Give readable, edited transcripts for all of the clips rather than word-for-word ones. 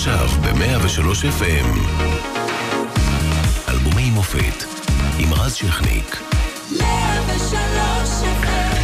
עכשיו ב-103 FM. אלבומי מופת עם רז שכניק. 103 FM.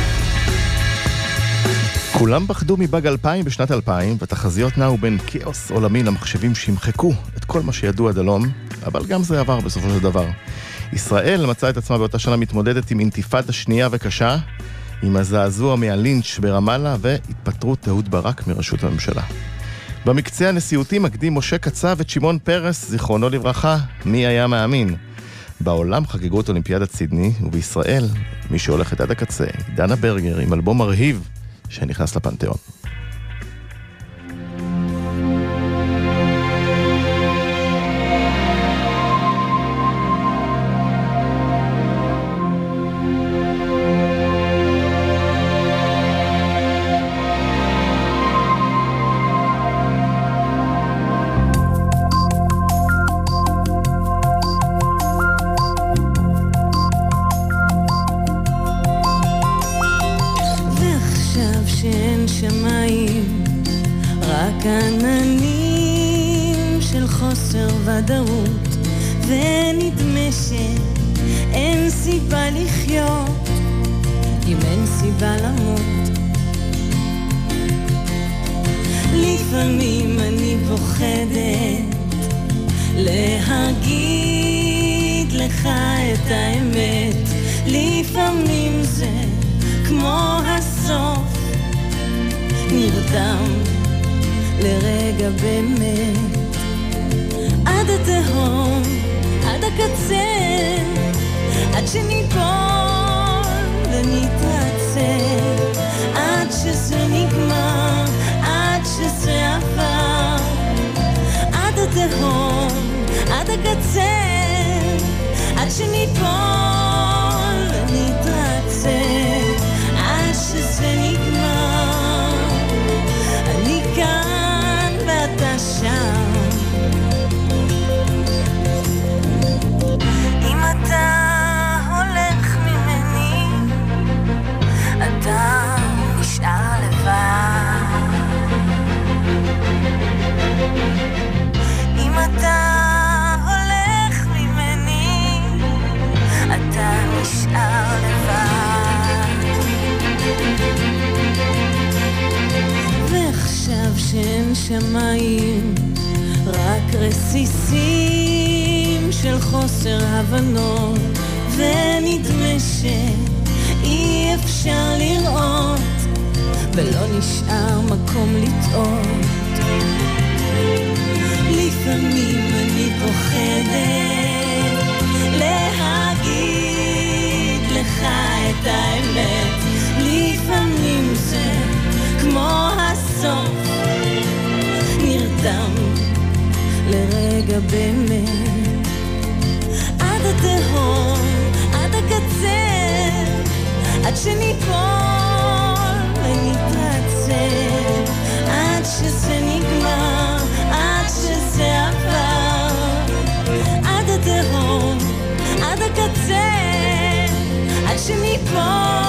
כולם פחדו מבאג 2000 בשנת 2000, ותחזיות נעו בין כאוס עולמי למחשבים שימחקו את כל מה שידוע עד הלום, אבל גם זה עבר בסופו של דבר. ישראל מצאה את עצמה באותה שנה מתמודדת עם אינתיפאדה שנייה וקשה, עם הזעזוע מהלינץ' ברמאללה והתפטרות אהוד ברק מראשות הממשלה. במקצה הנשיאותי מקדים משה קצב את שמעון פרס, זיכרונו לברכה, מי היה מאמין. בעולם חגיגות אולימפיאדת סידני, ובישראל, מי שהולכת עד הקצה, דנה ברגר עם אלבום מרהיב שנכנס לפנתיאון. ונדמה שאין סיבה לחיות אם אין סיבה למות. לפעמים אני פוחדת להגיד לך את האמת, לפעמים זה כמו הסוף, נרדם לרגע באמת עד התהום, עד הקצה, עד שניפול ונתרצה, עד שזה נגמר, עד שזה עבר, עד התהום, עד הקצה, עד שניפול ונתרצה, עד שזה נגמר. אני כאן ואתה שם, אתה הולך ממני, אתה נשאר לבד. אם אתה הולך ממני, אתה נשאר לבד. ועכשיו שאין שמיים, רק רסיסים של חוסר הבנות, ונדמה שאי אפשר לראות, ולא נשאר מקום לטעות. לפעמים אני פוחדת להגיד לך את האמת, לפעמים זה כמו הסוף, נרדם לרגע באמת עד התהום, עד הקצה, עד שניפול ונתרצה, עד שזה נגמר, עד שזה עבר, עד התהום, עד הקצה, עד שניפול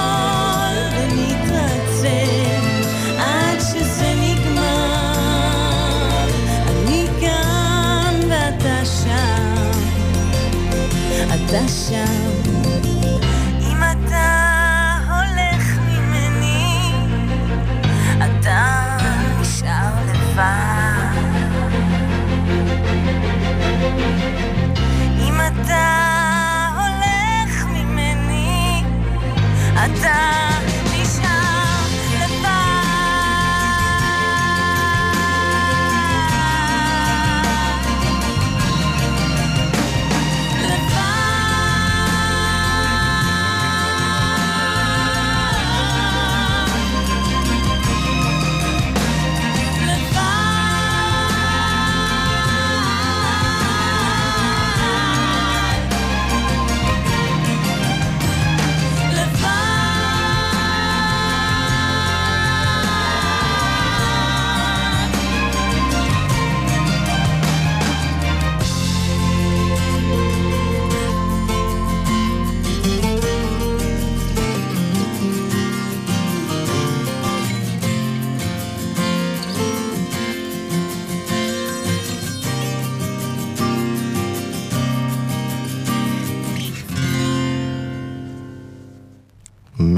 ונתרצה, עד שזה נגמר. אני כאן ואתה שם, אתה שם. אם אתה הולך ממני,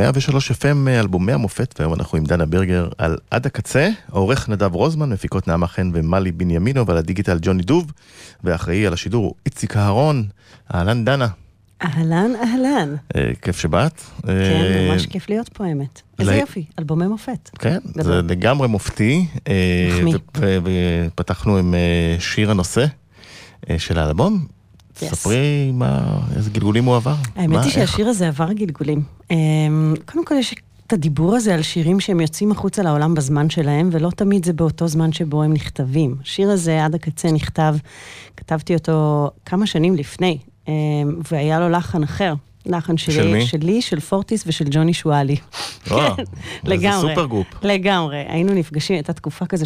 103 FM, אלבומי המופת, והיום אנחנו עם דנה ברגר על עד הקצה, העורך נדב רוזמן, מפיקות נעמה חן ומלי בנימינו, ועל הדיגיטל ג'וני דוב, ואחראי על השידור איציק אהרון. אהלן דנה. אהלן, אהלן. כיף שבאת. כן, ממש כיף להיות פה, האמת. איזה יופי, אלבומי מופת. כן, זה לגמרי מופתי. מחמיא. ופתחנו עם שיר הנושא של האלבום. ספרי איזה גלגולים הוא עבר. האמת היא שהשיר הזה עבר גלגולים. קודם כל יש את הדיבור הזה על שירים שהם יוצאים החוצה לעולם בזמן שלהם, ולא תמיד זה באותו זמן שבו הם נכתבים. השיר הזה עד הקצה נכתב, כתבתי אותו כמה שנים לפני, והיה לו לחן אחר. לחן שלי, של פורטיס ושל ג'וני שואלי. וואו, זה סופר גרופ. לגמרי, היינו נפגשים, הייתה תקופה כזאת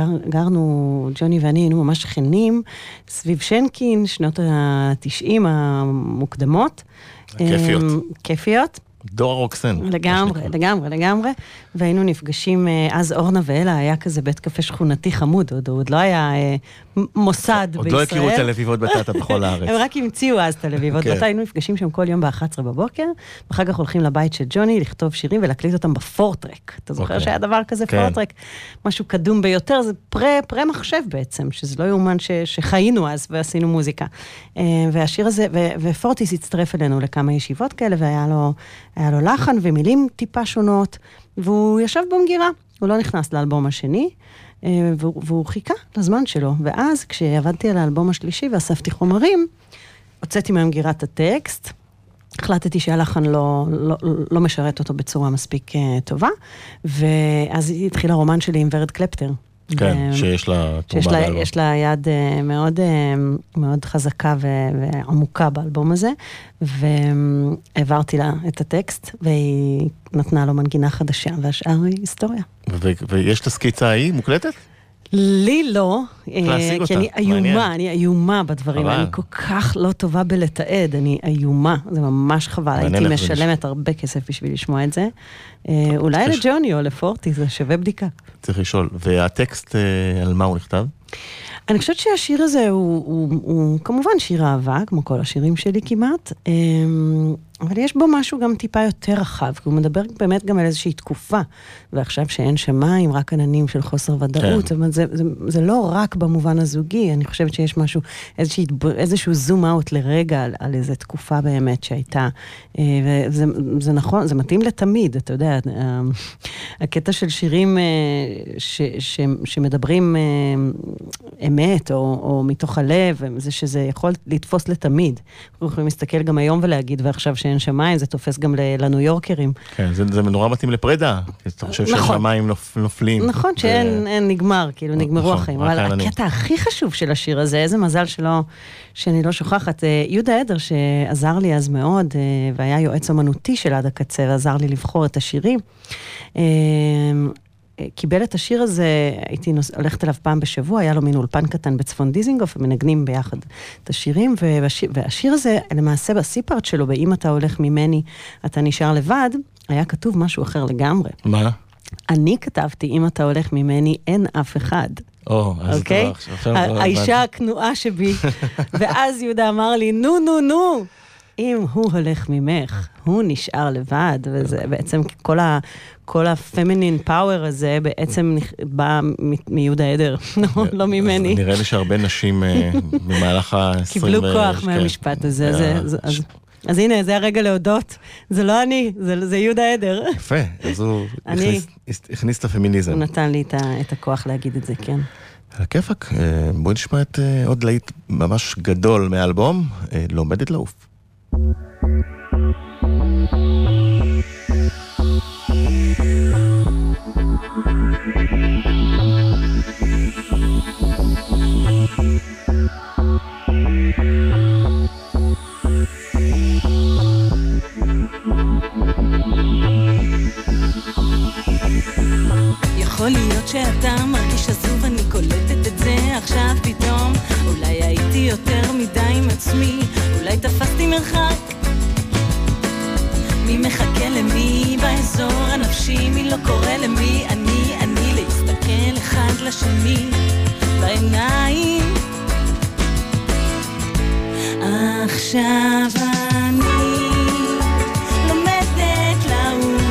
שגרנו, ג'וני ואני היינו ממש שכנים, סביב שנקין, שנות ה-90 המוקדמות. כיפיות. כיפיות. דור הרוקסן. לגמרי, והיינו נפגשים, אז אורנה ואלה היה כזה בית קפה שכונתי חמוד, עוד לא היה מוסד בישראל. עוד לא הכירו את הלביבות בטטה בכל הארץ. הם רק המציאו אז את הלביבות בטטה, היינו נפגשים שם כל יום ב-11 בבוקר, ואחר כך הולכים לבית של ג'וני, לכתוב שירים ולהקליט אותם בפורטרק. אתה זוכר שהיה דבר כזה פורטרק? משהו קדום ביותר, זה פרה מחשב בעצם, שזה לא יאומן שחיינו אז ועשינו מוזיקה. והשיר הזה, ופורטיס הצטרף אלינו לכמה ישיבות כאלה, והיה לו לחן ומילים טיפה שונות, והוא ישב במגירה, הוא לא נכנס לאלבום השני, והוא חיכה לזמן שלו. ואז כשעבדתי על האלבום השלישי ואספתי חומרים, הוצאתי מהמגירה את הטקסט, החלטתי שהלחן לא משרת אותו בצורה מספיק טובה, ואז התחיל הרומן שלי עם ורד קלפטר. כן, שיש לה תרומה באלבום. יש לה יד מאוד, מאוד חזקה ועמוקה באלבום הזה, והעברתי לה את הטקסט, והיא נתנה לו מנגינה חדשה, והשאר היא היסטוריה. ויש את הסקיצה ההיא מוקלטת? לי לא, כי אני איומה בדברים, אני כל כך לא טובה בלתעד, אני איומה, זה ממש חבל, הייתי משלמת הרבה כסף בשביל לשמוע את זה, אולי לג'וני או לפורטי, זה שווה בדיקה. צריך לשאול, והטקסט על מה הוא נכתב? אני חושבת שהשיר הזה הוא כמובן שיר אהבה, כמו כל השירים שלי כמעט, אבל יש בו משהו גם טיפה יותר רחב, כי הוא מדבר באמת גם על איזושהי תקופה, ועכשיו שאין שמיים, רק עננים של חוסר ודאות, אבל זה לא רק במובן הזוגי, אני חושבת שיש משהו, איזשהו זום אאוט לרגע על איזו תקופה באמת שהייתה, וזה נכון, זה מתאים לתמיד, אתה יודע, הקטע של שירים שמדברים אמת, או מתוך הלב, זה שזה יכול לתפוס לתמיד. אנחנו יכולים להסתכל גם היום ולהגיד, ועכשיו שאין שמיים, זה תופס גם לניו יורקרים. כן, זה נורא מתאים לפרידה, כי אתה חושב שהשמיים נופלים. נכון, שאין נגמר, כאילו נגמרו החיים. אבל הקטע הכי חשוב של השיר הזה, איזה מזל שאני לא שוכחת, יהודה עדר שעזר לי אז מאוד, והיה יועץ אמנותי של עד הקצה, ועזר לי לבחור את השירים. קיבל את השיר הזה, הייתי הולכת אליו פעם בשבוע, היה לו מין אולפן קטן בצפון דיזינגוף, ומנגנים ביחד את השירים, והשיר הזה, למעשה בסיפארט שלו, באם אתה הולך ממני, אתה נשאר לבד, היה כתוב משהו אחר לגמרי. מה? אני כתבתי, אם אתה הולך ממני, אין אף אחד. אוקיי? האישה הכנועה שבי, ואז יהודה אמר לי, נו, אם הוא הולך ממך, הוא נשאר לבד, וזה בעצם כל הפמינין פאוור הזה בעצם בא מיהודה עדר, לא ממני. נראה לי שהרבה נשים במהלך ה-20... קיבלו כוח מהמשפט הזה, אז הנה, זה הרגע להודות, זה לא אני, זה יהודה עדר. יפה, אז הוא הכניס את הפמיניזם. הוא נתן לי את הכוח להגיד את זה, כן. על הכיפק, בואי נשמע את עוד להיט ממש גדול מהאלבום, לומדת לעוף. יכול להיות שאתה מרגיש עזוב, אני קולטת את זה עכשיו פתאום. אולי הייתי יותר מדי עם עצמי, אולי תפסתי מרחק. מי מחכה למי באזור הנפשי, מי לא קורא למי, אני להסתכל אחד לשני בעיניים. עכשיו אני לומדת לעוף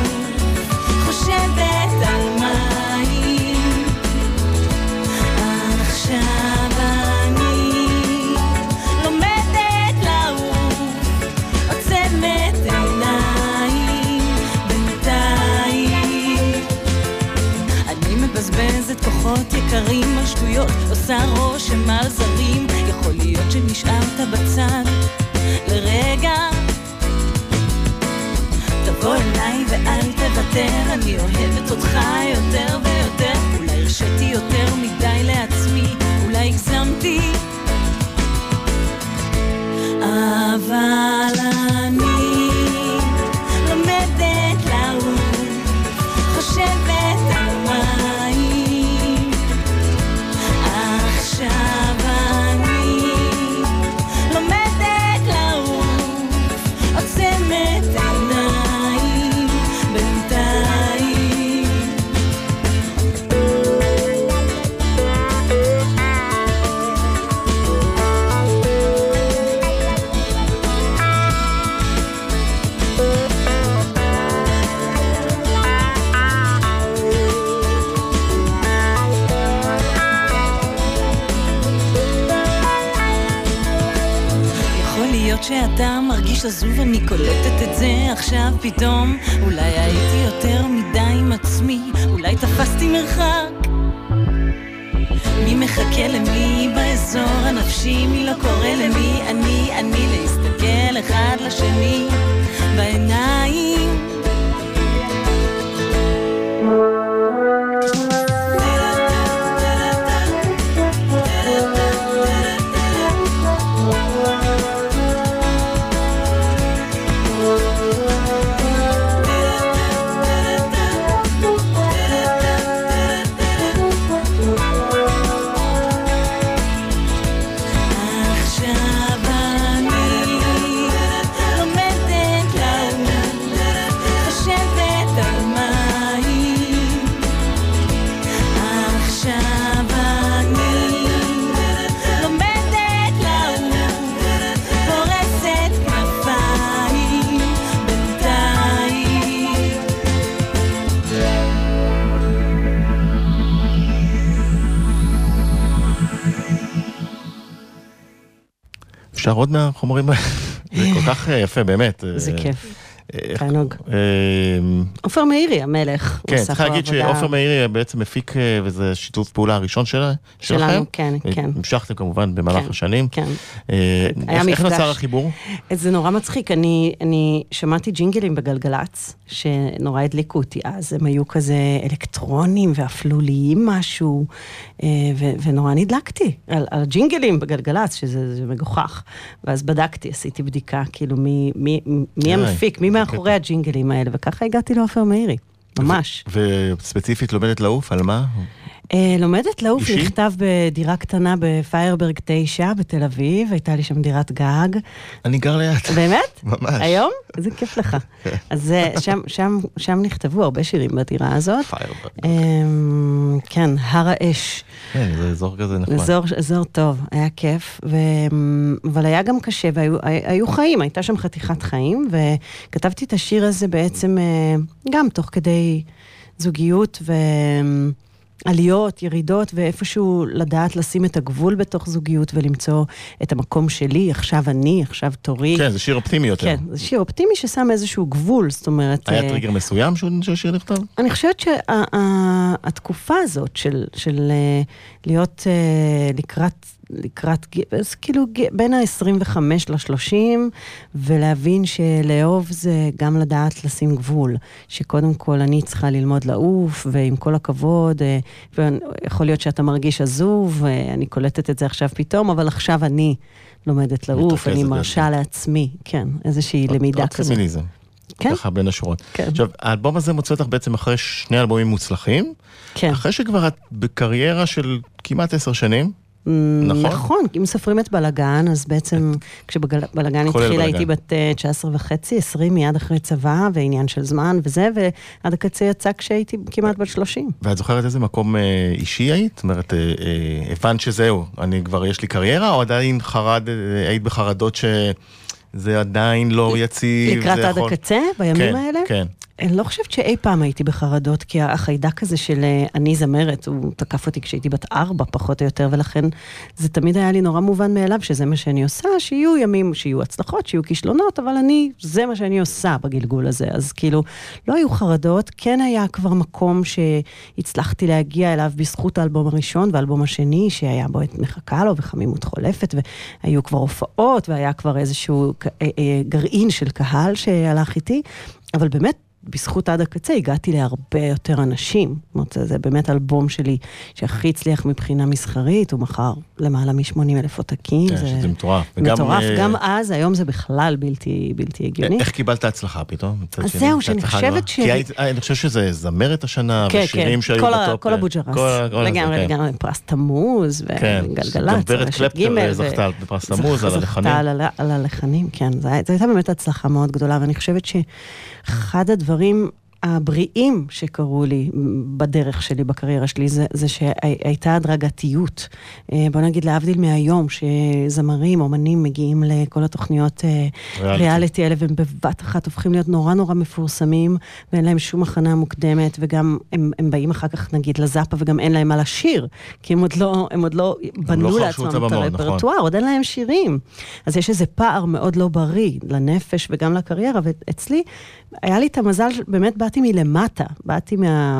שקרים על שטויות, עושה רושם על זרים. יכול להיות שנשארת בצד לרגע, תבוא אליי ואל תוותר, אני אוהבת אותך יותר ויותר. אולי הרשיתי יותר מדי לעצמי, אולי הגזמתי, אבל אני לומדת לעוף, חושבת על מים. עכשיו אני לומדת לעוף, עוצמת עיניים בינתיים. שאתה מרגיש עזוב, אני קולטת את זה עכשיו פתאום. אולי הייתי יותר מדי עם עצמי, אולי תפסתי מרחק. מי מחכה למי באזור הנפשי, מי לא קורא למי, אני להסתכל אחד לשני בעיניים. אפשר עוד מהחומרים, זה כל כך יפה, באמת. זה כיף, תענוג. עופר מאירי, המלך. כן, צריך להגיד שעופר מאירי בעצם מפיק, וזה שיתוף פעולה הראשון שלכם. כן, כן. המשכתם כמובן במהלך השנים. כן. איך נוצר החיבור? זה נורא מצחיק, אני שמעתי ג'ינגלים בגלגלץ, שנורא הדליקו אותי אז, הם היו כזה אלקטרונים ואפלוליים משהו, ונורא נדלקתי על ג'ינגלים בגלגלץ, שזה מגוחך. ואז בדקתי, עשיתי בדיקה, כאילו מי המפיק, מי מאחורי הג'ינגלים האלה, וככה הגעתי לעופר מאירי, ממש. וספציפית לומדת לעוף, על מה? לומדת לעוף, נכתב בדירה קטנה בפיירברג 9 בתל אביב, הייתה לי שם דירת גג. אני גר ליד. באמת? ממש. היום? איזה כיף לך. אז שם נכתבו הרבה שירים בדירה הזאת. פיירברג. כן, הר האש. כן, זה אזור כזה נחמד. אזור טוב, היה כיף, אבל היה גם קשה, והיו חיים, הייתה שם חתיכת חיים, וכתבתי את השיר הזה בעצם גם תוך כדי זוגיות עליות, ירידות, ואיפשהו לדעת לשים את הגבול בתוך זוגיות ולמצוא את המקום שלי, עכשיו אני, עכשיו תורי. כן, זה שיר אופטימי יותר. כן, זה שיר אופטימי ששם איזשהו גבול, זאת אומרת... היה טריגר מסוים שהשיר נכתב? אני חושבת שהתקופה הזאת של להיות לקראת, כאילו בין ה-25 ל-30, ולהבין שלאהוב זה גם לדעת לשים גבול, שקודם כל אני צריכה ללמוד לעוף, ועם כל הכבוד, ויכול להיות שאתה מרגיש עזוב, ואני קולטת את זה עכשיו פתאום, אבל עכשיו אני לומדת לעוף, אני מרשה לעצמי, כן, איזושהי למידה כזאת. פמיניזם, ככה בין השורות. עכשיו, האלבום הזה מוצא אותך בעצם אחרי 2 אלבומים מוצלחים, אחרי שכבר את בקריירה של כמעט 10 שנים, נכון, אם סופרים את בלגן, אז בעצם כשבלגן התחילה הייתי בת 19.5, 20 מיד אחרי צבא, ועניין של זמן וזה, ועד הקצה יצא כשהייתי כמעט בת 30. ואת זוכרת איזה מקום אישי היית? זאת אומרת, הבנת שזהו, אני כבר יש לי קריירה, או עדיין היית בחרדות שזה עדיין לא יציב? לקראת עד הקצה, בימים האלה? כן. אני לא חושבת שאי פעם הייתי בחרדות, כי החיידק הזה של אני זמרת, הוא תקף אותי כשהייתי בת 4 פחות או יותר, ולכן זה תמיד היה לי נורא מובן מאליו, שזה מה שאני עושה, שיהיו ימים, שיהיו הצלחות, שיהיו כישלונות, אבל זה מה שאני עושה בגלגול הזה. אז כאילו, לא היו חרדות, כן היה כבר מקום שהצלחתי להגיע אליו בזכות האלבום הראשון, והאלבום השני, שהיה בו את מחכה לו וחמימות חולפת, והיו כבר הופעות, והיה כבר איזשהו גרעין של קהל שהלך איתי, אבל באמת, בזכות עד הקצה הגעתי להרבה יותר אנשים. זאת אומרת, זה באמת אלבום שלי שהכי הצליח מבחינה מסחרית, הוא מכר למעלה מ-80,000 עותקים. כן, שזה מטורף. מטורף, גם אז, היום זה בכלל בלתי הגיוני. איך קיבלת הצלחה פתאום? אז זהו, שאני חושבת כי אני חושב שזה זמרת השנה, ושירים שהיו בטופ. כל הבוג'רס. לגמרי, פרס תמוז, וגלגלצ. גם ורד קלפטר זכתה בפרס תמוז על הלחנים. זכתה על הלחנים, כן. זו הייתה באמת הצלחה מאוד גדולה, ואני חושבת שאחד הדברים הבריאים שקרו לי בדרך שלי, בקריירה שלי, זה שהייתה הדרגתיות. בוא נגיד להבדיל מהיום, שזמרים, אומנים מגיעים לכל התוכניות ריאליטי האלה, והם בבת אחת הופכים להיות נורא נורא מפורסמים, ואין להם שום הכנה מוקדמת, וגם הם באים אחר כך נגיד לזאפה, וגם אין להם מה לשיר, כי הם עוד לא בנו לעצמם את הרפרטואר, עוד אין להם שירים. אז יש איזה פער מאוד לא בריא לנפש וגם לקריירה, ואצלי היה לי את המזל, באמת באתי מלמטה, באתי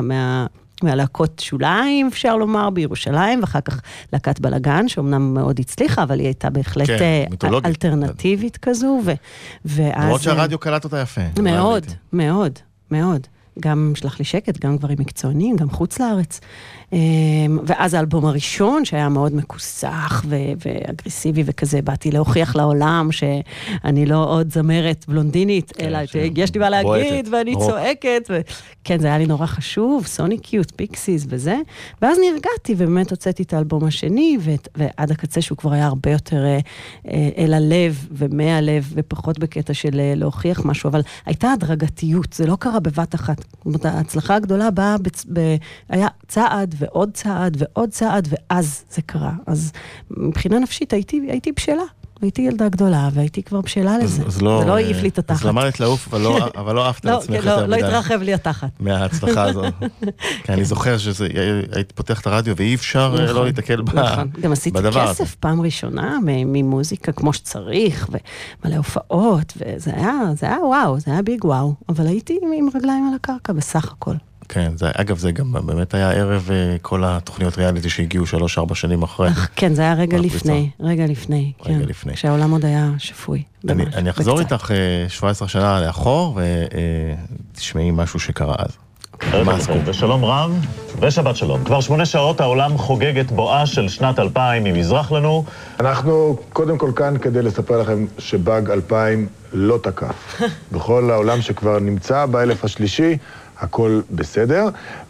מהלהקות שוליים, אפשר לומר, בירושלים, ואחר כך להקת בלגן, שאומנם מאוד הצליחה, אבל היא הייתה בהחלט אלטרנטיבית כזו, למרות שהרדיו קלט אותה יפה. מאוד, מאוד, מאוד. גם שלח לי שקט, גם גברים מקצוענים, גם חוץ לארץ. ואז האלבום הראשון, שהיה מאוד מקוסח ואגרסיבי וכזה, באתי להוכיח לעולם שאני לא עוד זמרת בלונדינית, אלא יש לי מה להגיד ואני צועקת. כן, זה היה לי נורא חשוב, סוניקיוט, פיקסיס וזה. ואז נרגעתי ובאמת הוצאתי את האלבום השני, ועד הקצה שהוא כבר היה הרבה יותר אל הלב ומהלב, ופחות בקטע של להוכיח משהו, אבל הייתה הדרגתיות, זה לא קרה בבת אחת. ההצלחה הגדולה באה, היה צעד ועוד צעד ועוד צעד, ואז זה קרה. אז מבחינה נפשית הייתי בשלה. הייתי ילדה גדולה, והייתי כבר בשלה לזה. זה לא העיף לי את התחת. אז למדת לעוף, אבל לא עפת לעצמך יותר מדי. לא התרחב לי התחת. מההצלחה הזו. כי אני זוכר שהייתי פותח את הרדיו, ואי אפשר לא להתקל בדבר הזה. גם עשיתי כסף פעם ראשונה, ממוזיקה כמו שצריך, ומלא הופעות, וזה היה וואו, זה היה ביג וואו. אבל הייתי עם רגליים על הקרקע, בסך הכל. כן, אגב, זה גם באמת היה ערב כל התוכניות ריאליטי שהגיעו 3-4 שנים אחרי. כן, זה היה רגע לפני. כשהעולם עוד היה שפוי. אני אחזור איתך 17 שנה לאחור, ותשמעי משהו שקרה אז. ושלום רב, ושבת שלום. כבר 8 שעות העולם חוגג את בואה של שנת 2000 ממזרח לנו. אנחנו קודם כל כאן כדי לספר לכם שבאג 2000 לא תקף. בכל העולם שכבר נמצא באלף השלישי, הכל בסדר.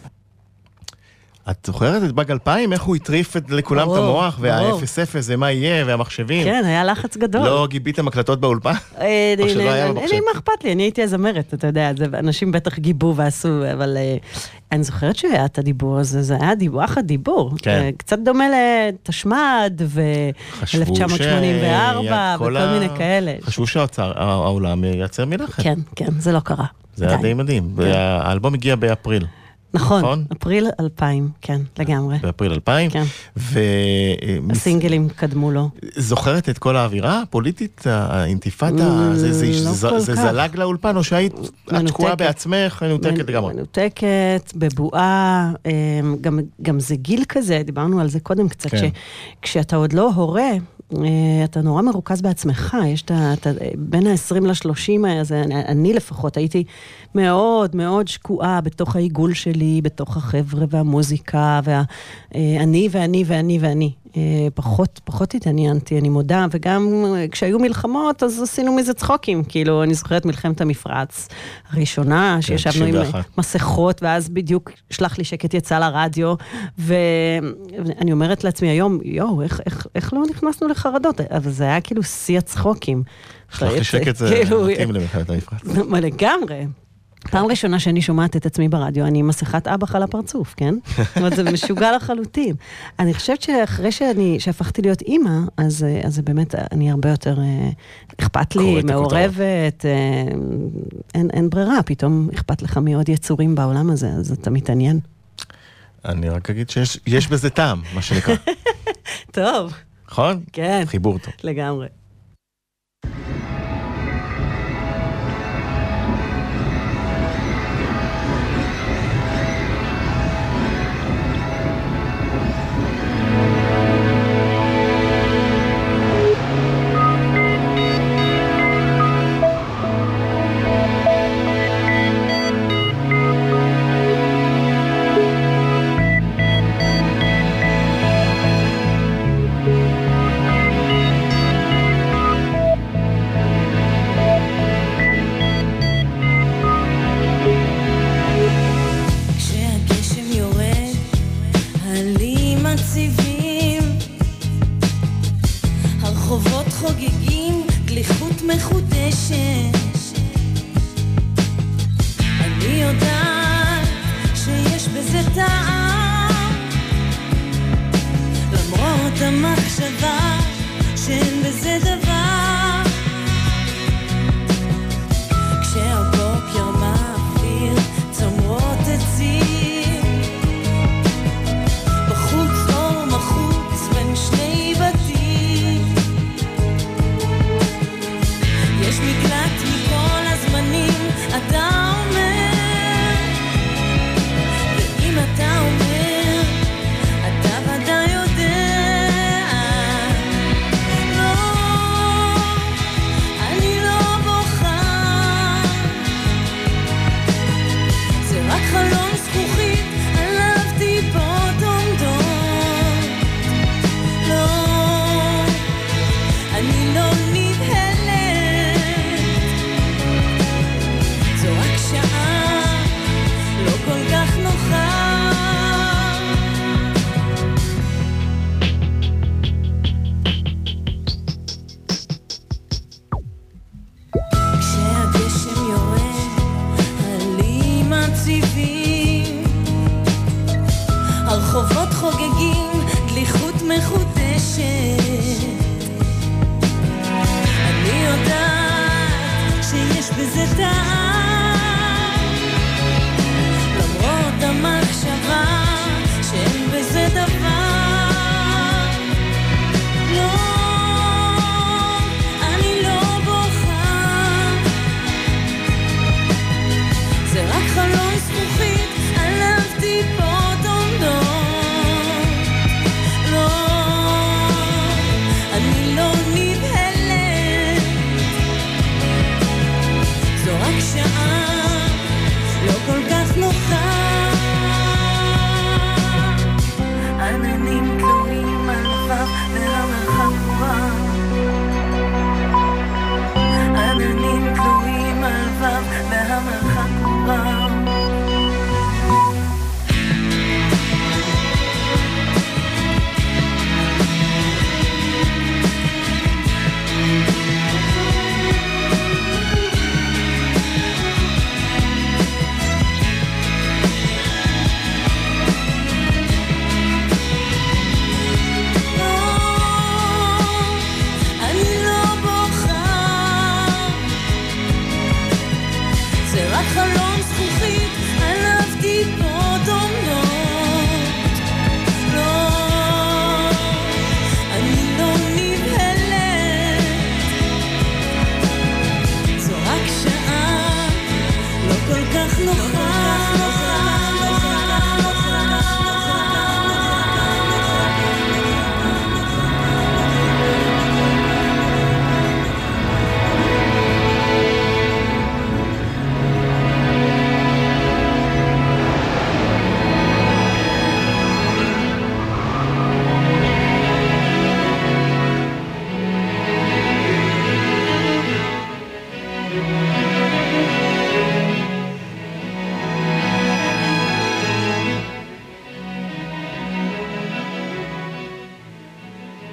את זוכרת את באג 2000? איך הוא הטריף לכולם את המוח, וה-0-0 זה מה יהיה, והמחשבים? כן, היה לחץ גדול. לא גיביתם הקלטות באולפן? או שלא היה במחשב? אין מה אכפת לי, אני הייתי הזמרת, אתה יודע, אנשים בטח גיבו ועשו, אבל אני זוכרת שהיה את הדיבור הזה, זה היה אחת דיבור. קצת דומה לתשמד, ו-1984, וכל מיני כאלה. חשבו שהעולם ייצר מלאכת. כן, כן, זה לא קרה. זה היה די מדהים. האלבום הגיע באפריל. נכון, אפריל 2000, כן, לגמרי. באפריל 2000. כן. הסינגלים קדמו לו. זוכרת את כל האווירה הפוליטית, האינתיפאדה, זה זלג לאולפן, או שהיית תקועה בעצמך, מנותקת לגמרי? מנותקת, בבועה, גם זה גיל כזה, דיברנו על זה קודם קצת, כשאתה עוד לא הורה, אתה נורא מרוכז בעצמך, יש בין ה-20 ל-30, אני לפחות הייתי מאוד מאוד שקועה בתוך העיגול שלי, בתוך החבר'ה והמוזיקה, ואני ואני ואני ואני. פחות התעניינתי, אני מודה, וגם כשהיו מלחמות, אז עשינו מזה צחוקים, כאילו, אני זוכרת מלחמת המפרץ הראשונה, שישבנו עם מסכות, ואז בדיוק שלח לי שקט יצא לרדיו, ואני אומרת לעצמי היום, איך לא נכנסנו לחרדות? אבל זה היה כאילו שיא הצחוקים. שלח לי שקט זה מתאים למלחמת המפרץ. לגמרי. פעם ראשונה שאני שומעת את עצמי ברדיו, אני עם מסכת אב"ח על הפרצוף, כן? זאת אומרת, זה משוגע לחלוטין. אני חושבת שאחרי שהפכתי להיות אימא, אז זה באמת, אני הרבה יותר אכפת לי, מעורבת, אין ברירה, פתאום אכפת לך מאוד יצורים בעולם הזה, אז אתה מתעניין. אני רק אגיד שיש בזה טעם, מה שנקרא. טוב. נכון? כן. חיבור טוב. לגמרי.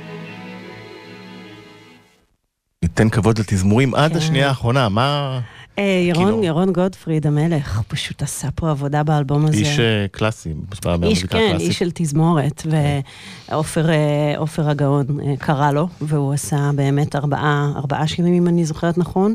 ניתן כבוד לתזמורים עד השנייה האחרונה, מה... ירון גודפריד המלך, הוא פשוט עשה פה עבודה באלבום הזה. איש קלאסי, איש של תזמורת, ועופר הגאון קרא לו, והוא עשה באמת 4 שירים, אם אני זוכרת נכון,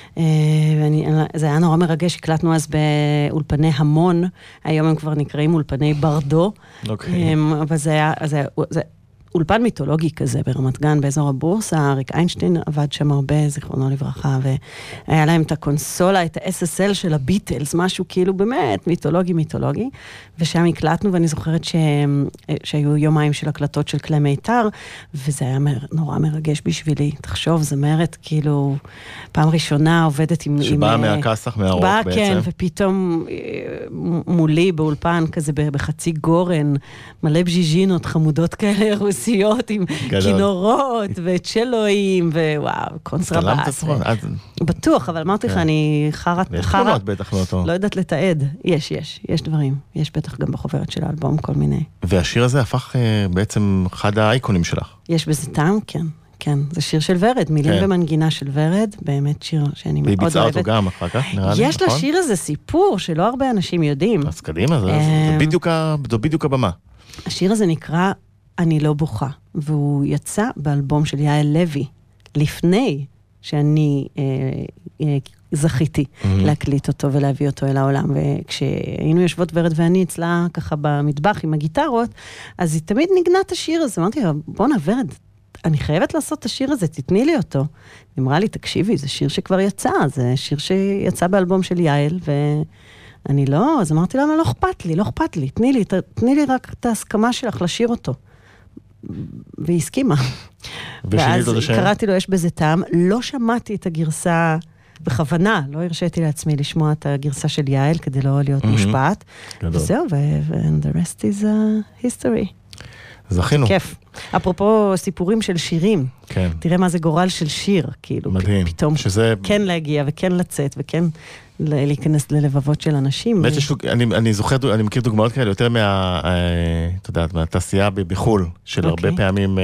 זה היה נורא מרגש, הקלטנו אז באולפני המון, היום הם כבר נקראים אולפני ברדו, אבל זה היה אולפן מיתולוגי כזה ברמת גן, באזור הבורסה, אריק איינשטיין עבד שם הרבה, זיכרונו לברכה, והיה להם את הקונסולה, את ה-SSL של הביטלס, משהו כאילו באמת מיתולוגי, ושם הקלטנו, ואני זוכרת שהיו יומיים של הקלטות של כלי מיתר, וזה היה נורא מרגש בשבילי. תחשוב, זמרת כאילו, פעם ראשונה עובדת עם... שבאה מהכסח, מהרוק בעצם. כן, ופתאום מולי באולפן כזה בחצי גורן, מלא בז'יז'ינות חמודות כאלה רוסיות, עם כינורות וצ'לואים, ווואו, קונסטרבאס. בטוח, אבל אמרתי לך, אני חרת, לא יודעת לתעד. יש דברים. יש בטח גם בחוברת של האלבום, כל מיני. והשיר הזה הפך בעצם אחד האייקונים שלך. יש בזה טעם, כן. כן, זה שיר של ורד, מילים ומנגינה של ורד, באמת שיר שאני מאוד אוהבת. והיא ביצעה אותו גם אחר כך, נראה לי, יש לשיר הזה סיפור שלא הרבה אנשים יודעים. אז קדימה, זה בדיוק הבמה. השיר הזה נקרא אני לא בוכה, והוא יצא באלבום של יעל לוי, לפני שאני זכיתי להקליט אותו ולהביא אותו אל העולם, וכשהיינו יושבות ורד ואני אצלה ככה במטבח עם הגיטרות, אז היא תמיד נגנה את השיר הזה, אמרתי לה, בוא'נה ורד, אני חייבת לעשות את השיר הזה, תתני לי אותו. היא אמרה לי, תקשיבי, זה שיר שכבר יצא, זה שיר שיצא באלבום של יעל, ואני לא, אז אמרתי לה, לא אכפת לי, תני לי רק את ההסכמה שלך לשיר אותו. והיא הסכימה. ואז קראתי לו, יש בזה טעם, לא שמעתי את הגרסה בכוונה, לא הרשיתי לעצמי לשמוע את הגרסה של יעל, כדי לא להיות מושפעת. וזהו, and the rest is history. זכינו. כיף. אפרופו סיפורים של שירים, כן. תראה מה זה גורל של שיר, כאילו, מדהים. פתאום שזה... כן להגיע וכן לצאת וכן להיכנס ללבבות של אנשים. אני זוכר, אני מכיר דוגמאות כאלה יותר מהתעשייה בחול, של הרבה פעמים,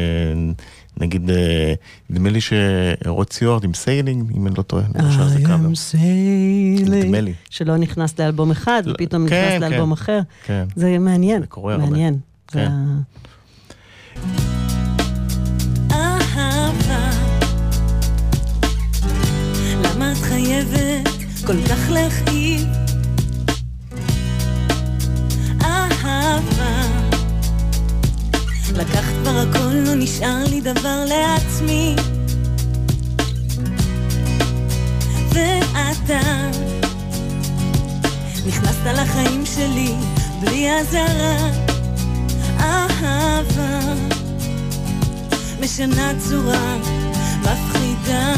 נגיד, נדמה לי שרוד סיוארד עם סיילינג, אם אני לא טועה, I am sailing, שלא נכנס לאלבום אחד, ופתאום נכנס לאלבום אחר. זה מעניין, מעניין. כן. אהבה, למה את חייבת כל כך להכאיב? אהבה, לקחת כבר הכל, לא נשאר לי דבר לעצמי. ואתה נכנסת לחיים שלי בלי הזרה. אהבה משנה צורה, מפחידה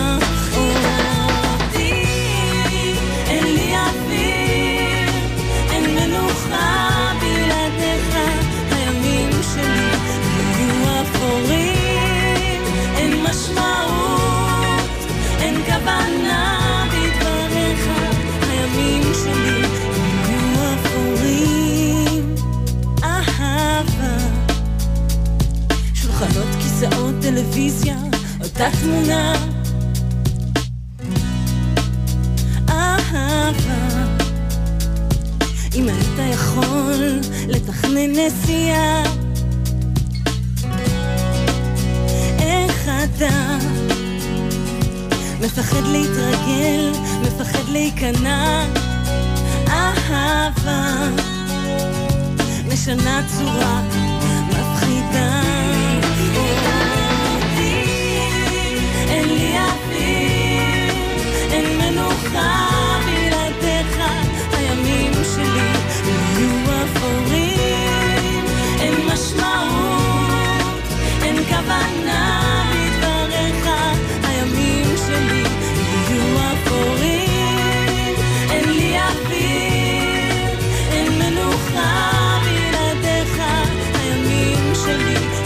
אותי. אין לי אוויר, אין מנוחה בלעדיך. הימים שלי יהיו אפורים, אין משמעות, אין כוונה בדבריך. הימים שלי יהיו אפורים. אהבה, שולחנות, כיסאות, טלוויזיה, אותה תמונה. אהבה, אם היית יכול לתכנן נסיעה, איך אתה מפחד להתרגל, מפחד להיכנע. אהבה משנה צורה, מפחידה אותי. אין לי אוויר, אין מנוחה בלעדיך. הימים שלי יהיו אפורים, אין משמעות, אין כוונה בדבריך. הימים שלי יהיו אפורים, אין לי אוויר, אין מנוחה בלעדיך. הימים שלי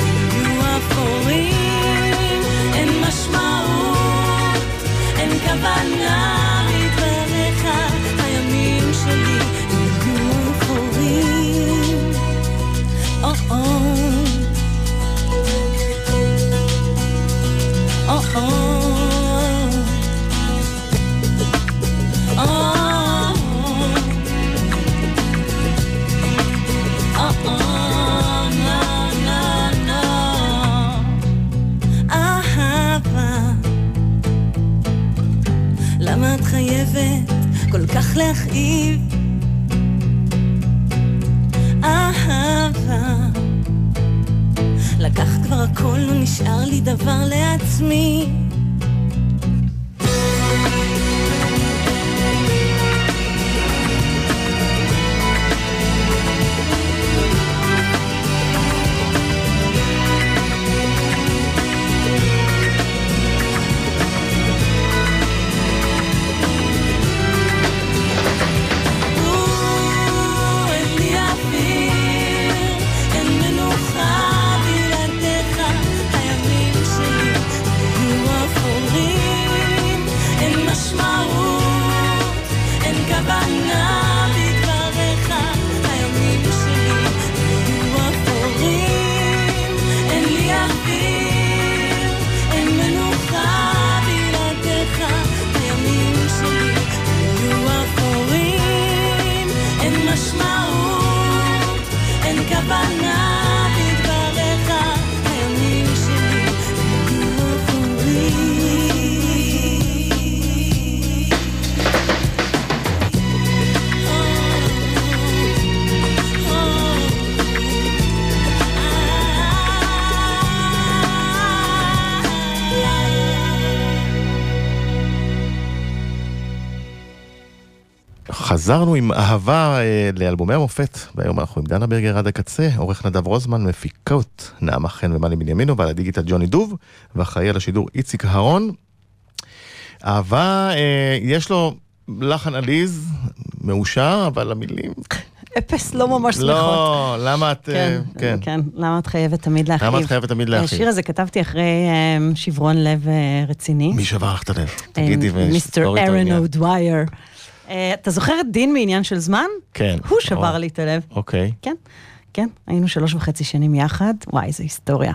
כל כך להכאיב. אהבה לקחת כבר הכל, לא נשאר לי דבר לעצמי. חזרנו עם אהבה לאלבומי המופת, והיום אנחנו עם דנה ברגר עד הקצה, עורך נדב רוזמן, מפיקות נעמה חן ומלי בנימינו, ועל הדיגיטל ג'וני דוב, ואחראי על השידור איציק אהרון. אהבה, יש לו לחן עליז, מאושר, אבל המילים... אפס לא ממש שמחות. לא, למה את... כן, למה את חייבת תמיד להכאיב? למה את חייבת תמיד להכאיב? השיר הזה כתבתי אחרי שברון לב רציני. מי שבר לך את הלב? תגידי מיסטר ארן אודווייר. אתה זוכר את דין מעניין של זמן? כן. הוא שבר לי את הלב. אוקיי. כן, כן. היינו 3.5 שנים יחד. וואי, איזו היסטוריה.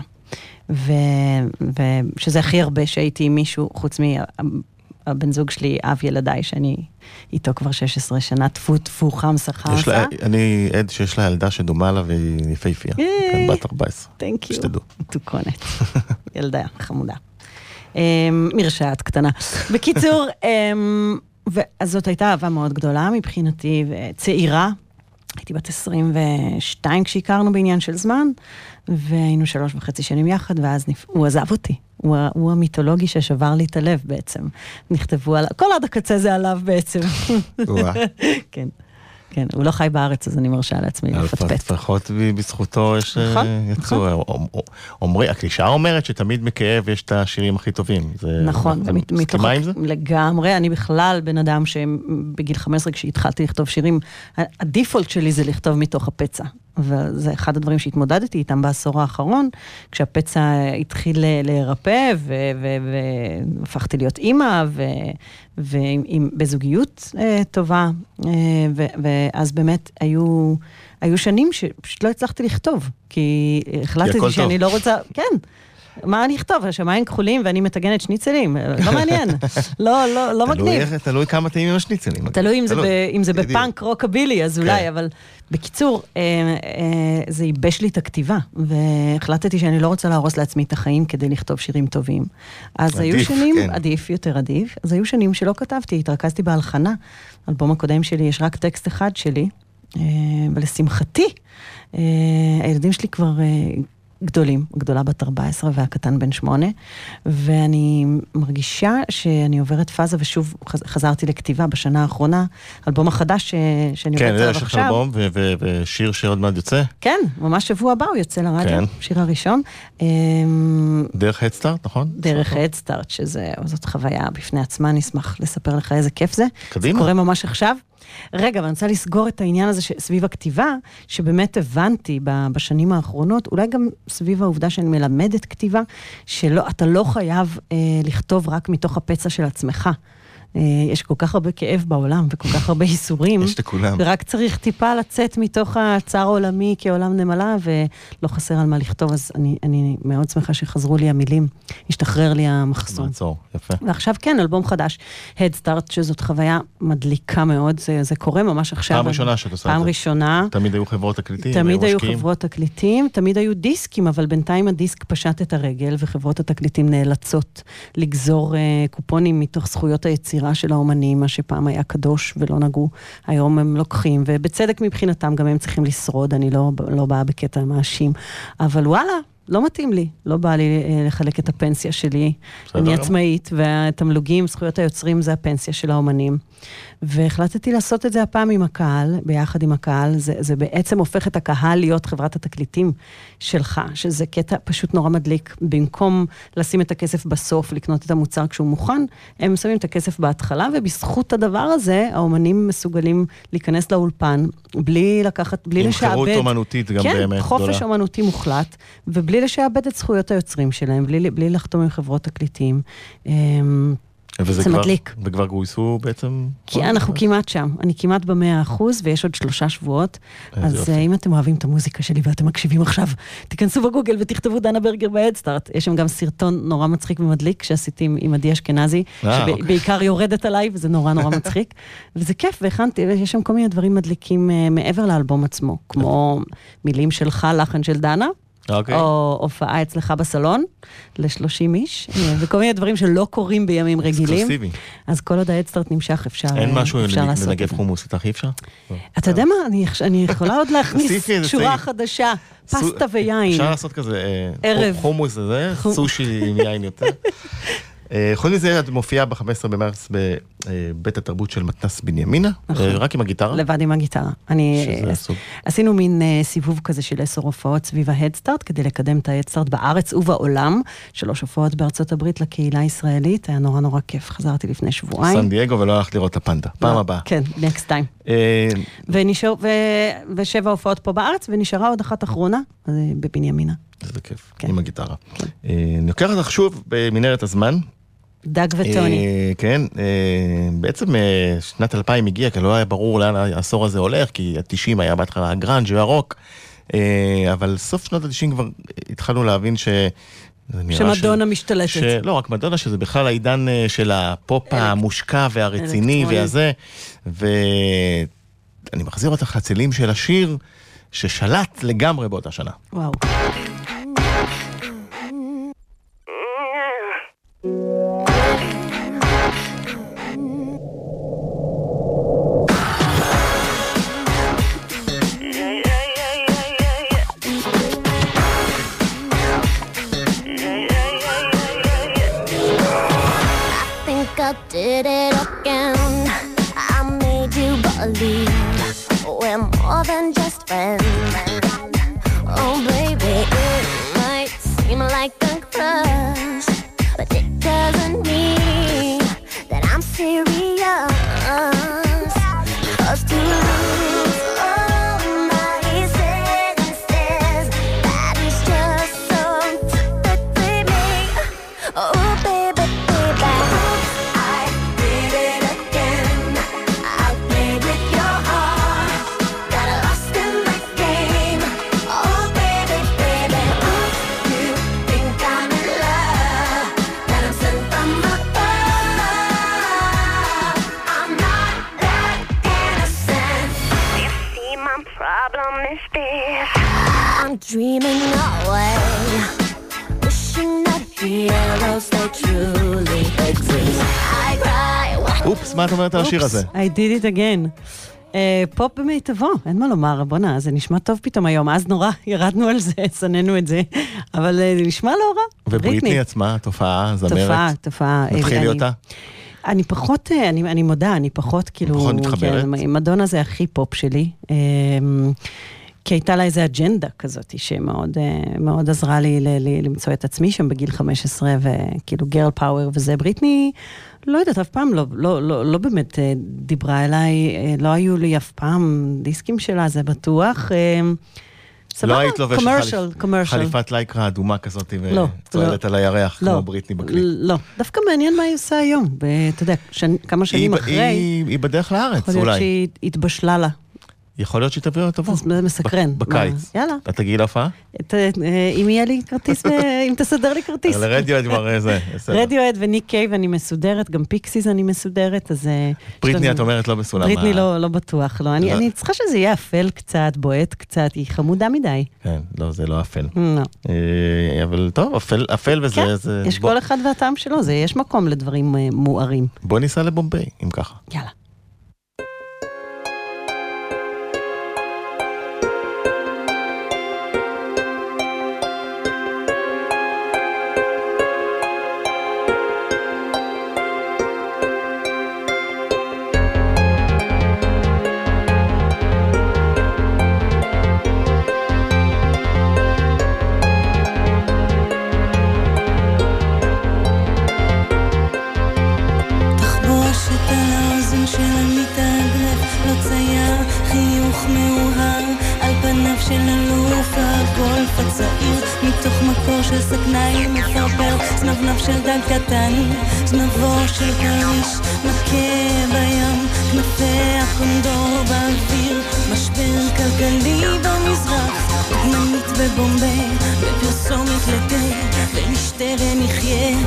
ושזה הכי הרבה שהייתי עם מישהו, חוץ מהבן זוג שלי, אב ילדיי, שאני איתו כבר 16 שנה, טפו חמסה. אני עד שיש לה ילדה שדומה לה והיא יפהפייה. כן, בת 14. Thank you. שתדעו. תוקונת. ילדה חמודה. מרשעת קטנה. בקיצור, אז זאת הייתה אהבה מאוד גדולה מבחינתי, וצעירה. הייתי בת 22 כשהכרנו בעניין של זמן, והיינו 3.5 שנים יחד, ואז הוא עזב אותי. הוא המיתולוגי ששבר לי את הלב בעצם. נכתבו עליו, כל עד הקצה זה עליו בעצם. כן. כן, הוא לא חי בארץ, אז אני מרשה לעצמי לפטפט. לפחות בזכותו יש יצוא. הקלישה אומרת שתמיד מכאב יש את השירים הכי טובים. נכון. מסכימה עם זה? לגמרי, אני בכלל בן אדם שבגיל 15 כשהתחלתי לכתוב שירים, הדיפולט שלי זה לכתוב מתוך הפצע. וזה אחד הדברים שהתמודדתי איתם בעשור האחרון, כשהפצע התחיל להירפא, והפכתי להיות אימא, ובזוגיות טובה, ואז באמת היו שנים שפשוט לא הצלחתי לכתוב, כי החלטתי שאני לא רוצה, כן, מה אני אכתוב? השמיים כחולים ואני מתגנת שניצלים, לא מעניין, לא מגניב. תלוי כמה טעים עם השניצלים. תלוי אם זה בפאנק רוקבילי, אז אולי, אבל בקיצור, זה ייבש לי את הכתיבה, והחלטתי שאני לא רוצה להרוס לעצמי את החיים כדי לכתוב שירים טובים. אז היו שנים, עדיף יותר עדיף, אז היו שנים שלא כתבתי, התרכזתי בהלחנה. האלבום הקודם שלי יש רק טקסט אחד שלי, ולשמחתי, הילדים שלי כבר גדולים, גדולה בת 14 והקטן בן 8, ואני מרגישה שאני עוברת פאזה, ושוב חזרתי לכתיבה בשנה האחרונה, אלבום החדש שאני עוברת עליו עכשיו. כן, אלבום ושיר שעוד מעט יוצא. כן, ממש שבוע הבא הוא יוצא לרדיו, שיר הראשון. דרך הדסטארט, נכון? דרך הדסטארט, שזאת חוויה בפני עצמה, נשמח לספר לך איזה כיף זה. קדימה. זה קורה ממש עכשיו. רגע, ואני רוצה לסגור את העניין הזה סביב הכתיבה, שבאמת הבנתי בשנים האחרונות, אולי גם סביב העובדה שאני מלמדת כתיבה, שאתה לא חייב לכתוב רק מתוך הפצע של עצמך. יש כל כך הרבה כאב בעולם, וכל כך הרבה איסורים. יש לכולם. ורק צריך טיפה לצאת מתוך הצער העולמי כעולם נמלה, ולא חסר על מה לכתוב, אז אני מאוד שמחה שחזרו לי המילים, השתחרר לי המחסום. מעצור, יפה. ועכשיו כן, אלבום חדש, הדסטארט, שזאת חוויה מדליקה מאוד, זה קורה ממש עכשיו. פעם ראשונה שאת עושה את זה. פעם ראשונה. תמיד היו חברות תקליטים. תמיד היו חברות תקליטים, תמיד היו דיסקים, אבל בינתיים הדיסק פשט את הרגל, וחברות התקליטים נאלצות לגזור קופונים מתוך זכויות היצירה המכירה של האומנים, מה שפעם היה קדוש ולא נגעו, היום הם לוקחים, ובצדק מבחינתם גם הם צריכים לשרוד, אני לא באה בקטע מאשים, אבל וואלה, לא מתאים לי, לא בא לי לחלק את הפנסיה שלי, אני עצמאית, והתמלוגים, זכויות היוצרים, זה הפנסיה של האומנים. והחלטתי לעשות את זה הפעם עם הקהל, ביחד עם הקהל, זה בעצם הופך את הקהל להיות חברת התקליטים שלך, שזה קטע פשוט נורא מדליק, במקום לשים את הכסף בסוף, לקנות את המוצר כשהוא מוכן, הם שמים את הכסף בהתחלה, ובזכות הדבר הזה, האומנים מסוגלים להיכנס לאולפן, בלי לקחת, בלי לשעבד. עם חירות אומנותית גם באמת גדולה. כן, חופש אומנותי מוחלט, ובלי לשעבד את זכויות היוצרים שלהם, בלי לחתום עם חברות תקליטים. זה מדליק. וכבר גויסו בעצם? כי אנחנו כמעט שם. אני כמעט ב100%, ויש עוד 3 שבועות. אז אם אתם אוהבים את המוזיקה שלי ואתם מקשיבים עכשיו, תיכנסו בגוגל ותכתבו דנה ברגר בהדסטארט. יש שם גם סרטון נורא מצחיק ומדליק, שעשיתי עם עדי אשכנזי, שבעיקר יורדת עליי, וזה נורא נורא מצחיק. וזה כיף, והכנתי, ויש שם כל מיני דברים מדליקים מעבר לאלבום עצמו, כמו מילים שלך, לחן של דנה, או הופעה אצלך בסלון, ל30 איש, וכל מיני דברים שלא קורים בימים רגילים. אקסקלוסיבי. אז כל עוד ההדסטארט נמשך, אפשר לעשות את זה. אין משהו לנגב חומוס, איתך אי אפשר? אתה יודע מה? אני יכולה עוד להכניס שורה חדשה, פסטה ויין. אפשר לעשות כזה, ערב. חומוס הזה, סושי עם יין יותר. חוץ מזה, את מופיעה ב-15 במרץ בבית התרבות של מתנ"ס בנימינה, רק עם הגיטרה? לבד עם הגיטרה. עשינו מין סיבוב כזה של 10 הופעות סביב ההדסטארט, כדי לקדם את ההדסטארט בארץ ובעולם, 3 הופעות בארצות הברית לקהילה הישראלית, היה נורא נורא כיף, חזרתי לפני שבועיים. סן דייגו ולא הלכת לראות את הפנדה, פעם הבאה. כן, next time. ו7 הופעות פה בארץ, ונשארה עוד אחת אחרונה, בבנימינה. זה כיף, עם הגיטרה. אני לוקח אותך שוב במנהרת הזמן. דג וטוני. כן, בעצם שנת 2000 הגיעה, כי לא היה ברור לאן העשור הזה הולך, כי ה-90 היה בהתחלה הגרנג' והרוק, אבל סוף שנות ה-90 כבר התחלנו להבין שמדונה משתלטת. לא, רק מדונה, שזה בכלל העידן של הפופ המושקע והרציני והזה, ואני מחזיר אותך לצלילים של השיר, ששלט לגמרי באותה שנה. וואו. Did it again. I made you believe we're more than just friends. Oh baby, it might seem like a crush, but it doesn't mean that I'm serious. 'Cause to lose all my senses, that is just so typically me. Oh baby, baby. I'm dreaming away, wishing that heroes they truly exist. I cry. אופס, מה את אומרת על השיר הזה? I did it again. פופ במיטבו, אין מה לומר, בונה, זה נשמע טוב פתאום היום, אז נורא ירדנו על זה, סננו את זה, אבל זה נשמע לא רע. ובריטני עצמה, תופעה, זמרת. תופעה. מתחילי אותה? אני פחות, אני מודה, אני פחות כאילו... פחות מתחברת? מדונה זה הכי פופ שלי. כי הייתה לה איזו אג'נדה כזאת, שמאוד עזרה לי למצוא את עצמי שם בגיל 15, וכאילו גרל פאוור וזה. בריטני, לא יודעת, אף פעם לא באמת דיברה אליי, לא היו לי אף פעם דיסקים שלה, זה בטוח. לא היית לובש חליפת לייקרה אדומה כזאת, וצועלת על הירח, כמו בריטני בקליפ. לא, דווקא מעניין מה היא עושה היום, ואתה יודע, כמה שנים אחרי... היא בדרך לארץ, אולי. יכול להיות שהיא התבשלה לה. יכול להיות שתבוא. זה מסקרן. בקיץ. יאללה. את תגיעי להופעה? אם יהיה לי כרטיס, אם תסדר לי כרטיס. אבל רדיואד כבר זה. רדיואד וניק קייב אני מסודרת, גם פיקסיס אני מסודרת, אז... בריטני את אומרת לא בסולם. בריטני לא בטוח, לא. אני צריכה שזה יהיה אפל קצת, בועט קצת, היא חמודה מדי. כן, לא, זה לא אפל. לא. אבל טוב, אפל וזה... כן, יש כל אחד והטעם שלו, יש מקום לדברים מוארים. בוא ניסע לבומביי, אם ככה. יאללה. זנב של דג קטן, זנבו של כריש, מכה בים, כנפי הקונדור באוויר, משבר כלכלי במזרח, דוגמנית בבומביי, בפרסומת לתה, ונשתה ונחיה.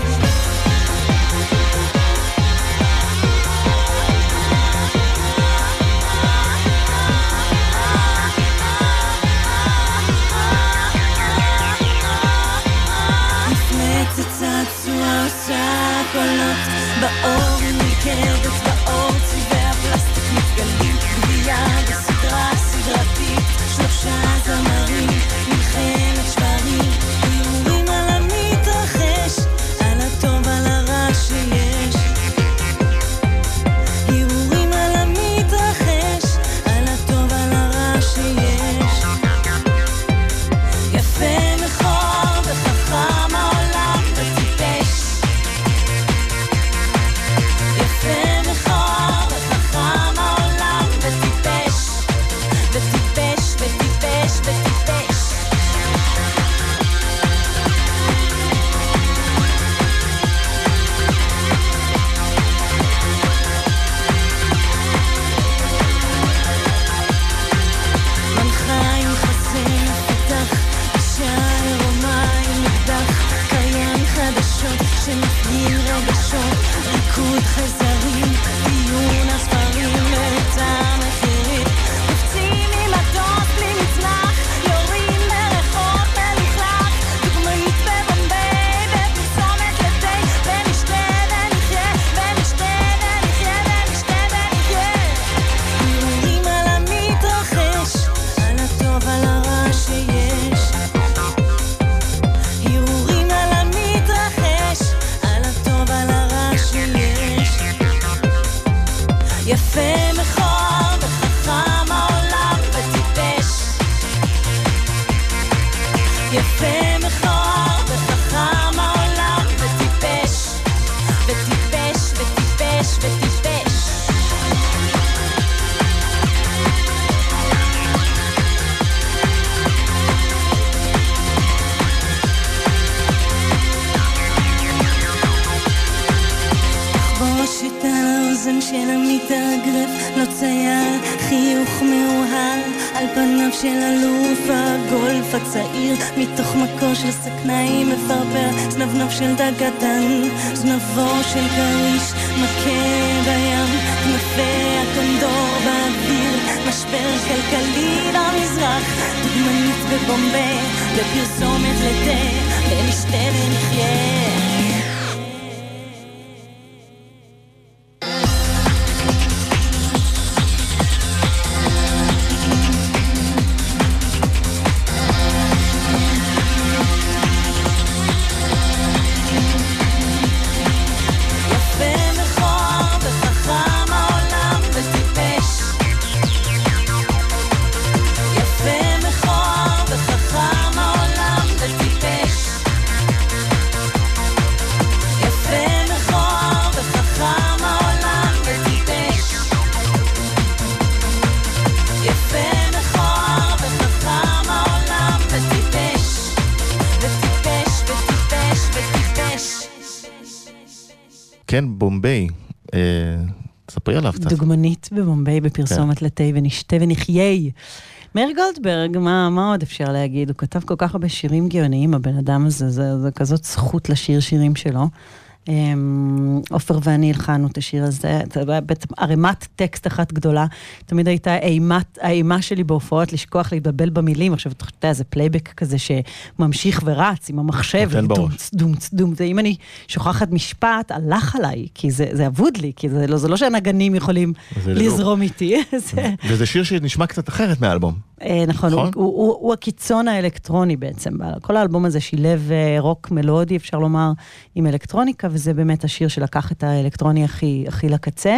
באור נלכדת באור צבעי הפלסטיק מתגלים גבייה בסדרה סדרתית 3 זמרים מלחמת שברים איורים על המתרחש על הטוב על הרע שיש איורים על המתרחש על הטוב על הרע שיש יפה מכור וחכם העולם וטיפש שמפגין רגשות, ריקוד חזרים, דיון הספרים מרצה מחירים קופצים עם הטוב בלי מצלח, יורים מרחוב מלוכלך דוגמנית בבומביי, בפרסומת לתה ונשתה ונחיה, ונשתה ונחיה, ונשתה ונחיה יורים על המתרחש, על הטוב על הרע שיש יפה מכור וחכם העולם וטיפש יפה מכור וחכם העולם וטיפש וטיפש וטיפש וטיפש תחבושת על האוזן של המתאגרף לא צייר, חיוך מאוהל על פניו של אלוף הגולף הצעיר מתוך מקור של סכנאים מפרפר זנבנב של דג קטן זנבו של כריש מכה בים כנפי הקונדור באוויר משבר כלכלי במזרח דוגמנית בבומביי בפרסומת לתה ונשתה ונחיה כן, בומביי. ספרי עליו קצת. דוגמנית בבומביי בפרסומת לתה ונשתה ונחייי. מאיר גולדברג, מה עוד אפשר להגיד? הוא כתב כל כך הרבה שירים גאוניים, הבן אדם הזה, זה כזאת זכות לשיר שירים שלו. עופר ואני הלחנו את השיר הזה, בעצם ערימת טקסט אחת גדולה, תמיד הייתה האימה שלי בהופעות לשכוח להתבלבל במילים, עכשיו אתה יודע, זה פלייבק כזה שממשיך ורץ עם המחשב, דום, אם אני שוכחת משפט, הלך עליי, כי זה אבוד לי, כי זה לא שהנגנים יכולים לזרום איתי. וזה שיר שנשמע קצת אחרת מהאלבום. נכון, הוא הקיצון האלקטרוני בעצם, כל האלבום הזה שילב רוק מלודי, אפשר לומר, עם אלקטרוניקה, וזה באמת השיר שלקח את האלקטרוני הכי לקצה.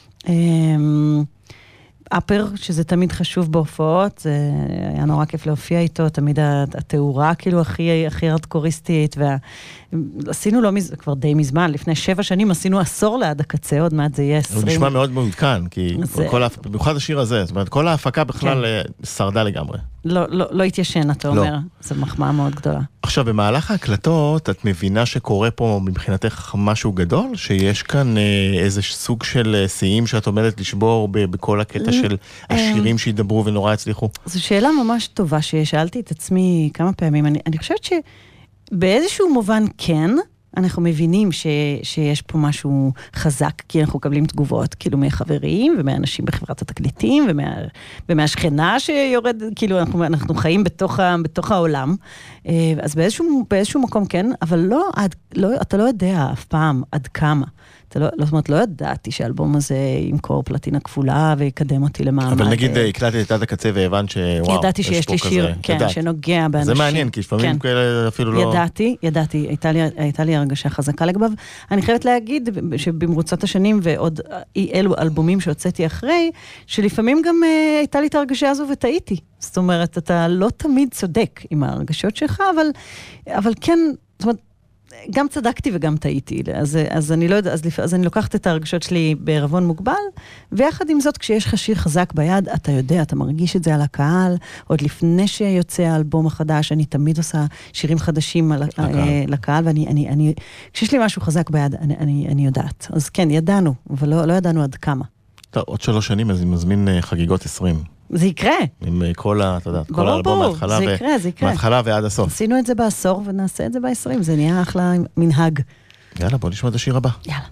אפר, שזה תמיד חשוב בהופעות, זה היה נורא כיף להופיע איתו, תמיד התאורה כאילו הכי ארדקוריסטית, ועשינו כבר די מזמן, לפני 7 שנים עשינו עשור ליד הקצה, עוד מעט זה יהיה 20. הוא נשמע מאוד מעודכן, כי במיוחד השיר הזה, זאת אומרת, כל ההפקה בכלל שרדה לגמרי. לא התיישן, אתה אומר, זו מחמאה מאוד גדולה. עכשיו, במהלך ההקלטות, את מבינה שקורה פה מבחינתך משהו גדול? שיש כאן איזה סוג של שיאים שאת עומדת לשבור בכל הקטע של השירים שידברו ונורא הצליחו? זו שאלה ממש טובה ששאלתי את עצמי כמה פעמים. אני חושבת שבאיזשהו מובן כן, אנחנו מבינים שיש פה משהו חזק, כי אנחנו מקבלים תגובות, כאילו מהחברים ומאנשים בחברת התקליטים, ומהשכנה שיורד, כאילו אנחנו חיים בתוך העולם, אז באיזשהו מקום כן, אבל אתה לא יודע אף פעם עד כמה. זאת אומרת, לא ידעתי שהאלבום הזה ימכור פלטינה כפולה ויקדם אותי למעמד. אבל נגיד, הקלטתי את עד הקצה והבנת שוואו, ידעתי שיש לי שיר, כן, שנוגע באנשים. זה מעניין, כי לפעמים כאלה אפילו לא... ידעתי, הייתה לי הרגשה חזקה לגביו. אני חייבת להגיד שבמרוצת השנים ועוד אלו אלבומים שהוצאתי אחרי, שלפעמים גם הייתה לי את הרגשה הזו וטעיתי. זאת אומרת, אתה לא תמיד צודק עם הרגשות שלך, אבל כן, זאת אומרת, גם צדקתי וגם טעיתי, אז אני לא יודע, אז אני לוקחת את הרגשות שלי בערבון מוגבל, ויחד עם זאת, כשיש לך שיר חזק ביד, אתה יודע, אתה מרגיש את זה על הקהל, עוד לפני שיוצא האלבום החדש, אני תמיד עושה שירים חדשים לקהל, כשיש לי משהו חזק ביד, אני יודעת. אז כן, ידענו, אבל לא ידענו עד כמה. טוב, עוד 3 שנים, אז אני מזמין חגיגות 20. זה יקרה. עם כל האלבום מההתחלה. זה יקרה. מההתחלה ועד הסוף. עשינו את זה בעשור ונעשה את זה ב-20. זה נהיה אחלה מנהג. יאללה, בוא נשמע את השיר הבא. יאללה.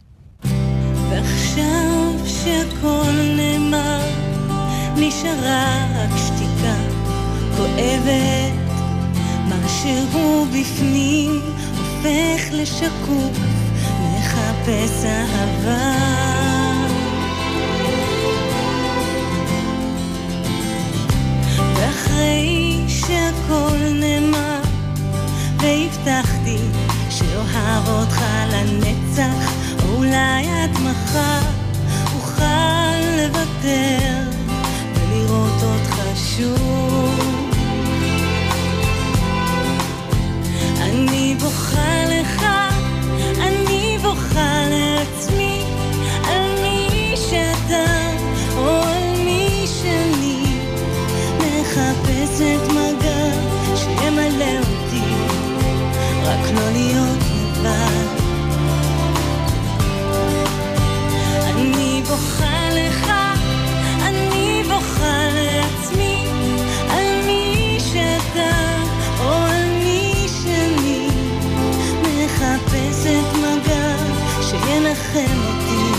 ועכשיו שהכל נאמר, נשארה רק שתיקה כואבת, מה שהוא בפנים הופך לשקוף, מחפש אהבה. אחרי שהכל נאמר והבטחתי שאוהב אותך לנצח, אולי עד מחר אוכל לוותר ולראות אותך שוב. אני בוכה לך, אני בוכה לעצמי על מי שאתה או על מי שאני, מחפשת מגע שימלא אותי, רק לא להיות לבד. אני בוכה לך, אני בוכה לעצמי על מי שאתה או על מי שאני, מחפשת מגע שינחם אותי.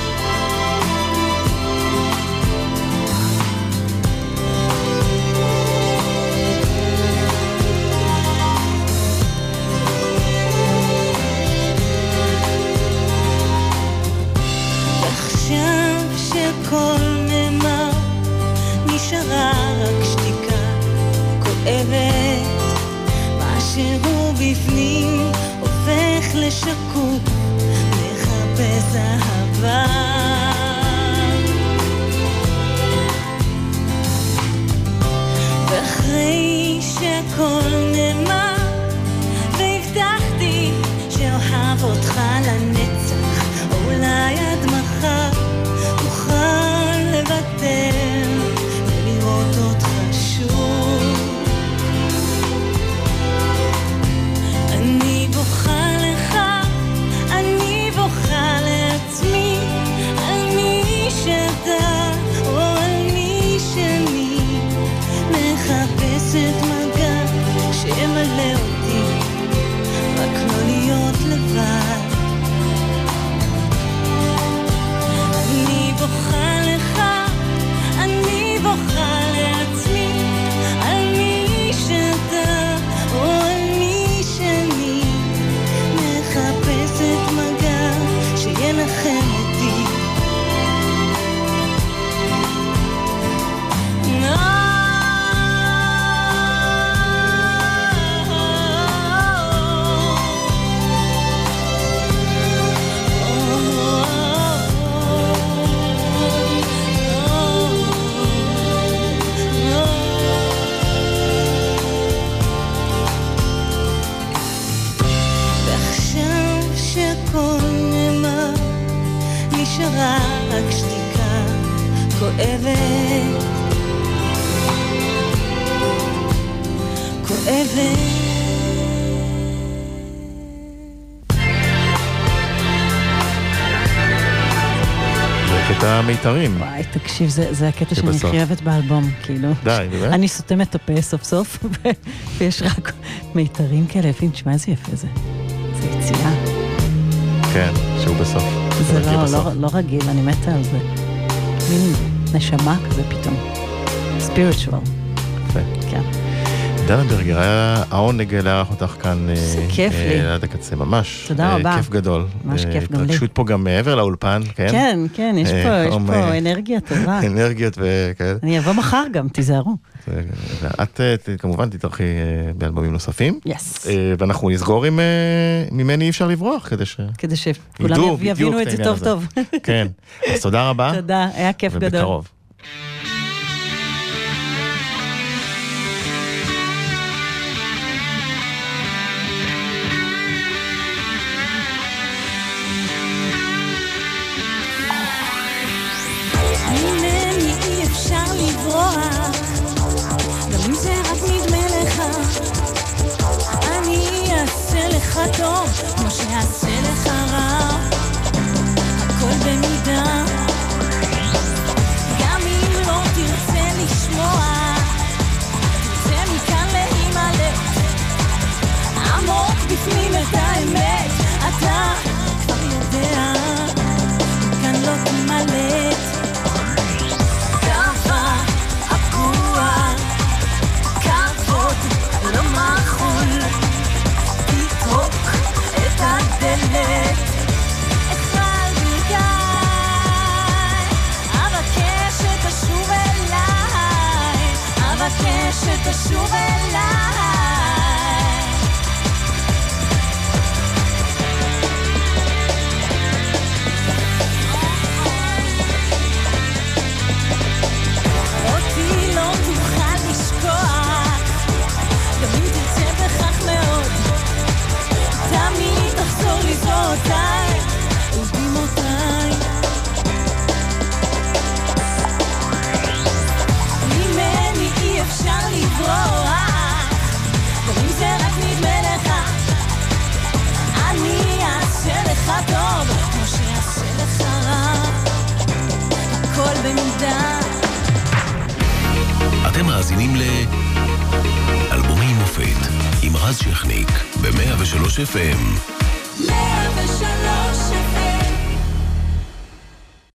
הכל נאמר, נשארה רק שתיקה כואבת, מה שהוא בפנים הופך לשקוף, מחפש אהבה. ואחרי שהכל נאמר והבטחתי שאוהב אותך לנצח, אולי עד מחר אוכל לוותר ולראות אותך שוב. אני בוכה לך, אני בוכה לעצמי על רק שתיקה כואבת, כואבת. קטע מיתרים. וואי, תקשיב, זה הקטע שאני חייבת באלבום, כאילו. די, באמת? אני סותמת את הפה סוף סוף, ויש רק מיתרים כאלה יפים. תשמע איזה יפה זה. זה יציאה. כן, שהוא בסוף. זה לא רגיל, אני מתה על זה. מין נשמה כזה פתאום. ספיריטואל. יפה. כן. דנה ברגר, היה העונג לארח אותך כאן. זה כיף לי. עד הקצה, ממש. תודה רבה. כיף גדול. ממש כיף גם לי. התרגשות פה גם מעבר לאולפן, כן? כן, כן, יש פה אנרגיה טובה. אנרגיות וכאלה. אני אבוא מחר גם, תיזהרו. את כמובן תתארחי באלבומים נוספים. יס. ואנחנו נסגור עם ממני אי אפשר לברוח, כדי שכולם יבינו את זה טוב טוב. כן. אז תודה רבה. תודה, היה כיף גדול. ובקרוב. גם אם זה רק נדמה לך, אני אעשה לך טוב כמו שאעשה לך רע, הכל במידה. גם אם לא תרצה לשמוע, תרצה מכאן להימלט עמוק בפנים את האמת, אתה כבר יודע, כאן לא תימלט דלת אחד ברכי, אבקש שתשוב אליי, אבקש שתשוב אליי. אותי לא תוכל לשכוח, גם אם תרצה בכך מאוד, תמיד תחזור לזרועותיי ובדמעותיי. ממני אי אפשר לברוח, גם אם זה רק נדמה לך, אני אעשה לך טוב כמו שאעשה לך רע, הכל במידה. אתם מאזינים לאלבומי מופת עם רז שכניק ב-103 FM.